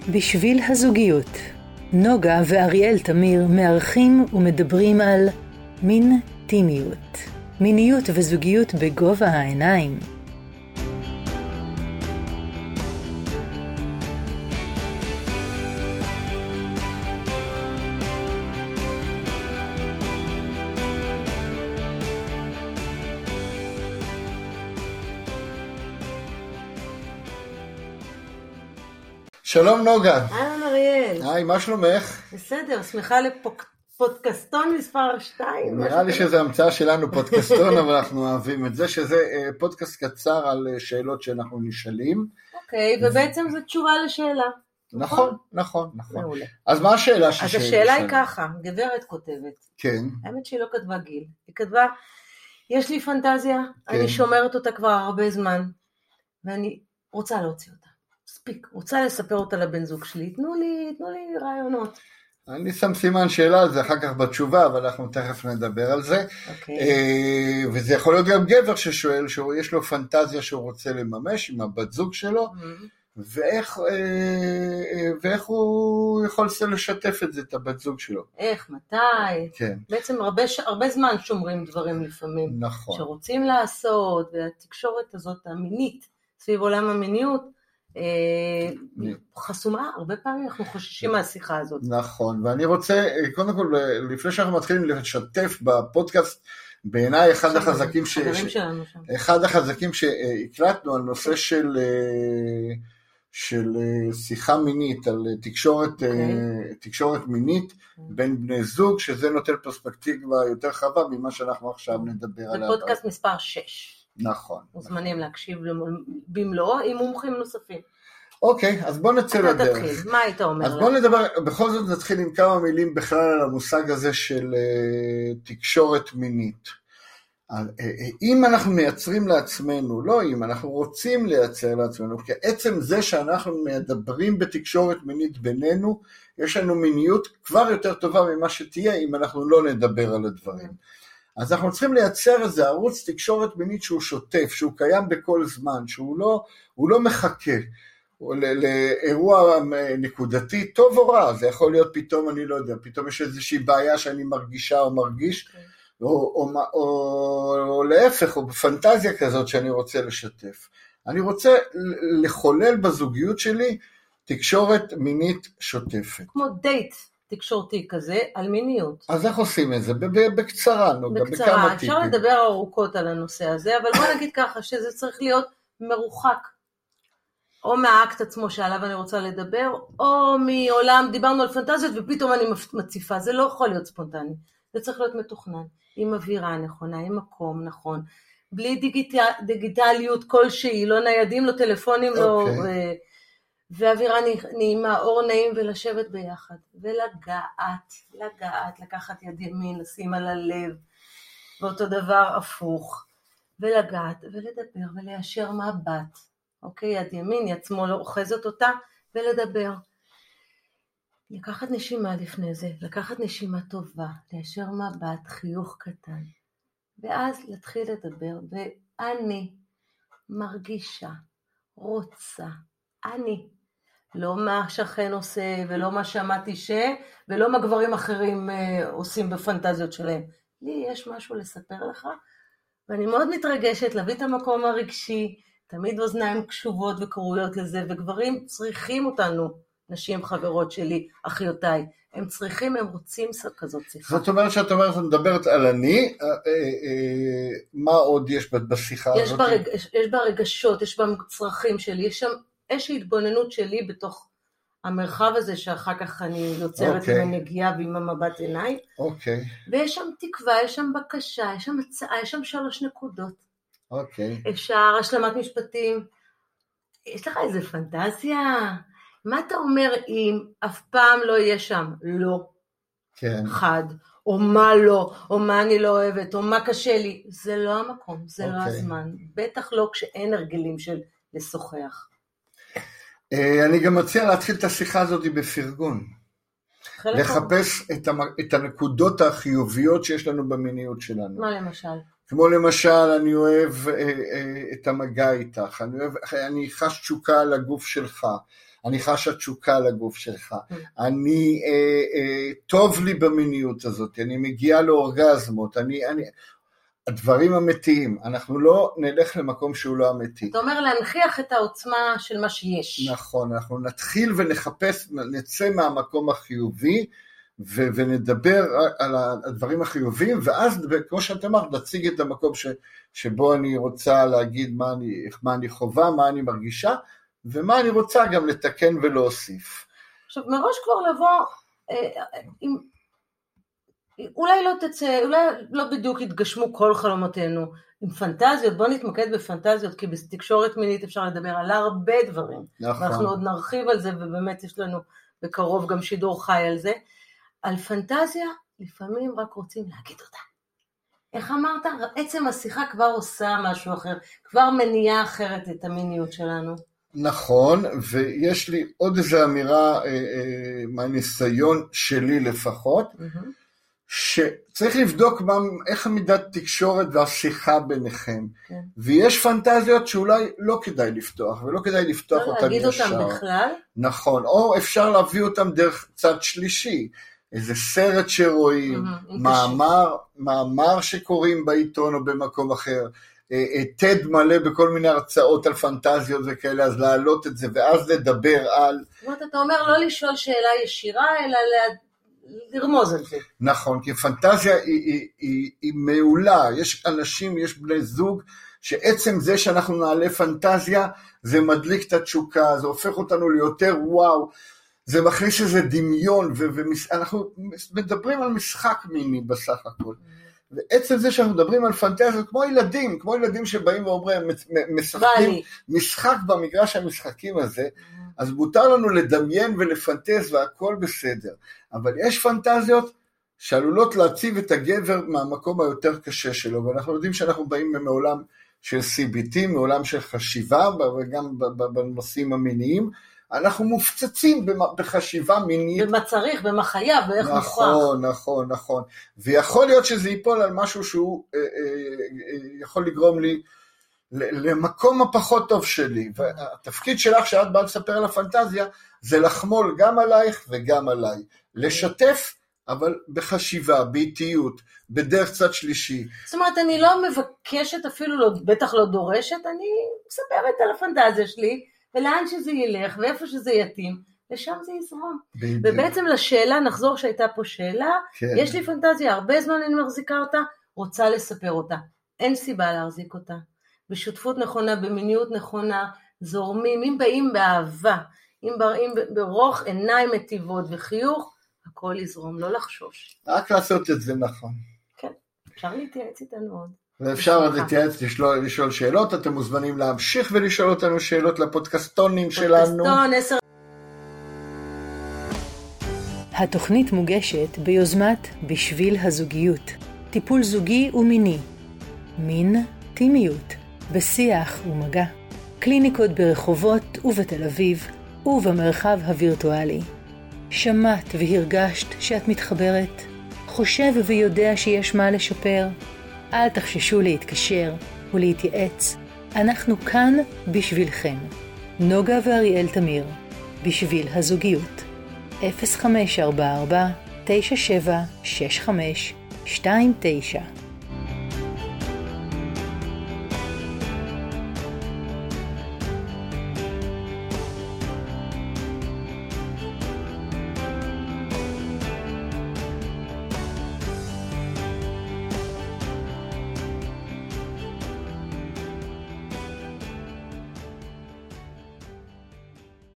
בשביל הזוגיות, נוגה ואריאל תמיר מארחים ומדברים על מין טימיות, מיניות וזוגיות בגובה העיניים. שלום נוגה. אהלן אריאל. היי, מה שלומך? בסדר, שמחה לפודקאסטון מספר 2. נראה לי שזה המצאה שלנו פודקאסטון, אבל אנחנו אוהבים את זה, שזה פודקאסט קצר על שאלות שאנחנו נשאלים. אוקיי, ובעצם זו תשובה לשאלה. נכון. אז מה השאלה אז השאלה היא ככה, גברת כותבת. כן. האמת שהיא לא כתבה גיל. היא כתבה, יש לי פנטזיה, אני שומרת אותה כבר הרבה זמן, ואני רוצה להוציא אותה. מספיק, רוצה לספר אותה לבן זוג שלי, תנו לי רעיונות. אני שם סימן שאלה על זה אחר כך בתשובה, אבל אנחנו תכף נדבר על זה. וזה יכול להיות גם גבר ששואל, שיש לו פנטזיה שהוא רוצה לממש עם הבת זוג שלו, ואיך הוא יכול לשתף את זה, את הבת זוג שלו. איך, מתי? כן. בעצם הרבה זמן שומרים דברים לפעמים. נכון. שרוצים לעשות, והתקשורת הזאת המינית, סביב עולם המיניות, חסומה, הרבה פעמים אנחנו חוששים מהשיחה הזאת. נכון, ואני רוצה, קודם כל, לפני שאנחנו מתחילים לשתף בפודקאסט, בעיניי אחד החזקים שהקלטנו על נושא של שיחה מינית, על תקשורת מינית בין בני זוג, שזה נותן פרספקטיבה יותר חווה ממה שאנחנו עכשיו נדבר עליו. זה פודקאסט מספר 6. נכון. מוזמנים להקשיב במלוא עם מומחים נוספים. אוקיי, אז בוא נצא לדרך. תתחיל, מה היית אומר? אז בוא נדבר, בכל זאת נתחיל עם כמה מילים בכלל על המושג הזה של תקשורת מינית. אם אנחנו מייצרים לעצמנו, לא אם, אנחנו רוצים לייצר לעצמנו, כי עצם זה שאנחנו מדברים בתקשורת מינית בינינו, יש לנו מיניות כבר יותר טובה ממה שתהיה אם אנחנו לא נדבר על הדברים. אז אנחנו צריכים לייצר איזה ערוץ תקשורת מינית שהוא שוטף, שהוא קיים בכל זמן, שהוא לא מחכה לאירוע נקודתי, טוב או רע, זה יכול להיות פתאום, אני לא יודע, פתאום יש איזושהי בעיה שאני מרגישה או מרגיש, או להפך, או בפנטזיה כזאת שאני רוצה לשתף. אני רוצה לחולל בזוגיות שלי תקשורת מינית שוטפת. כמו דייט. תקשורתי כזה, על מיניות. אז איך עושים את זה? בקצרה, נוגה, בכמה טיפים. בקצרה, אפשר לדבר ארוכות על הנושא הזה, אבל בוא נגיד ככה, שזה צריך להיות מרוחק, או מהאקט עצמו שעליו אני רוצה לדבר, או מעולם, דיברנו על פנטזיות, ופתאום אני מציפה, זה לא יכול להיות ספונטני, זה צריך להיות מתוכנן, עם אווירה נכונה, עם מקום נכון, בלי דיגיטליות כלשהי, לא ניידים, לא טלפונים, לא... ואווירה נעימה, אור נעים, ולשבת ביחד, ולגעת, לקחת יד ימין, לשים על הלב, ואותו דבר הפוך, ולגעת, ולדבר, וליישר מבט, אוקיי, יד ימין, יד שמאל אוחזת אותה, ולדבר. לקחת נשימה לפני זה, לקחת נשימה טובה, ליישר מבט, חיוך קטן, ואז להתחיל לדבר, ואני מרגישה, רוצה, אני, לא מה השכן עושה, ולא מה שמעתי ולא מה גברים אחרים עושים בפנטזיות שלהם. לי יש משהו לספר לך, ואני מאוד מתרגשת להביא את המקום הרגשי, תמיד אוזניים קשובות וקרויות לזה, וגברים צריכים אותנו, נשים חברות שלי, אחיותיי, הם צריכים, הם רוצים כזאת שיחה. זאת אומרת שאת מדברת על אני, מה עוד יש בשיחה הזאת? יש בה רגשות, יש בה צרכים שלי, יש שם איזושהי התבוננות שלי בתוך המרחב הזה, שאחר כך אני יוצרת עם הנגיעה ועם המבט עיניי. אוקיי. ויש שם תקווה, יש שם בקשה, יש שם הצעה, יש שם 3 נקודות. אוקיי. אפשר השלמת משפטים. יש לך איזה פנטזיה? מה אתה אומר אם אף פעם לא יהיה שם? לא. כן. חד. או מה לא, או מה אני לא אוהבת, או מה קשה לי. זה לא המקום, זה לא הזמן. בטח לא כשאין הרגלים של לשוחח. אני גם מציע להתחיל את השיחה הזאת בפרגון. לחפש את הנקודות החיוביות שיש לנו במיניות שלנו. מה למשל? כמו למשל, אני אוהב את המגע איתך, אני חש תשוקה על הגוף שלך, אני חש התשוקה על הגוף שלך, אני, טוב לי במיניות הזאת, אני מגיע לאורגזמות, הדברים אמיתיים, אנחנו לא נלך למקום שהוא לא אמיתי. אתה אומר להנכיח את העוצמה של מה שיש. נכון, אנחנו נתחיל ונחפש, נצא מהמקום החיובי, ונדבר על הדברים החיוביים, ואז, כמו שאת אמרת, נציג את המקום שבו אני רוצה להגיד מה אני חובה, מה אני מרגישה, ומה אני רוצה גם לתקן ולהוסיף. עכשיו, מראש כבר לבוא, אולי לא תצא, אולי לא בדיוק יתגשמו כל חלומותינו, עם פנטזיות, בוא נתמקד בפנטזיות, כי בתקשורת מינית אפשר לדבר על הרבה דברים. נכון. ואנחנו עוד נרחיב על זה, ובאמת יש לנו בקרוב גם שידור חי על זה. על פנטזיה, לפעמים רק רוצים להגיד אותה. איך אמרת? עצם השיחה כבר עושה משהו אחר, כבר מניעה אחרת את המיניות שלנו. נכון, ויש לי עוד איזו אמירה מהניסיון שלי לפחות, שצריך לבדוק איך המידת תקשורת והשיחה ביניכם, ויש פנטזיות שאולי לא כדאי לפתוח, ולא כדאי לפתוח אותם ישר. להגיד אותם בכלל? נכון, או אפשר להביא אותם דרך צד שלישי, איזה סרט שרואים, מאמר שקוראים בעיתון או במקום אחר, תד מלא בכל מיני הרצאות על פנטזיות וכאלה, אז להעלות את זה, ואז לדבר על... זאת אומרת, אתה אומר לא לשאול שאלה ישירה, אלא לרמוז על זה. נכון, כי פנטזיה היא מעולה, יש אנשים, יש בני זוג, שעצם זה שאנחנו נעלה פנטזיה, זה מדליק את התשוקה, זה הופך אותנו ליותר וואו, זה מכניס איזה דמיון, ואנחנו מדברים על משחק מיני בסך הכל. ועצם זה שאנחנו מדברים על פנטזיות, כמו ילדים שבאים ואומרים, משחקים משחק במגרש המשחקים הזה, אז מותר לנו לדמיין ולפנטז והכל בסדר. אבל יש פנטזיות שעלולות להציב את הגבר מהמקום היותר קשה שלו, ואנחנו יודעים שאנחנו באים מעולם של CBT, מעולם של חשיבה, וגם בנושאים המיניים, אנחנו מופצצים בחשיבה מינית. במה צריך, במה חייב, באיך מוכרח. נכון. ויכול להיות שזה ייפול על משהו שהוא יכול לגרום לי למקום הפחות טוב שלי. והתפקיד שלך שאת באה לספר על הפנטזיה, זה לחמול גם עלייך וגם עליי. לשתף, אבל בחשיבה, באיטיות, בדרך צד שלישי. זאת אומרת, אני לא מבקשת אפילו, בטח לא דורשת, אני מספרת על הפנטזיה שלי, ולאן שזה ילך, ואיפה שזה יתאים, לשם זה יזרום. ובעצם לשאלה, נחזור שהייתה פה שאלה, יש לי פנטזיה, הרבה זמן אני מחזיקה אותה, רוצה לספר אותה. אין סיבה להחזיק אותה. בשותפות נכונה, במיניות נכונה, זורמים, אם באים באהבה, אם באים ברוך עיניים מטיבות וחיוך, הכל יזרום, לא לחשוש. רק לעשות את זה נכון. כן, אפשר להתייעץ איתנו עוד. ואפשר להתייעץ, לשאול שאלות, אתם מוזמנים להמשיך ולשאול אותנו שאלות לפודקאסטונים שלנו. פודקאסטון 10. התוכנית מוגשת ביוזמת בשביל הזוגיות, טיפול זוגי ומיני, מין, טימיות, בשיח ומגע, קליניקות ברחובות ובתל אביב ובמרחב הווירטואלי. שמעת והרגשת שאת מתחברת, חושב ויודע שיש מה לשפר, אל תחששו להתקשר ולהתייעץ, אנחנו כאן בשבילכם. נוגה ואריאל תמיר, בשביל הזוגיות. 0544 9765 29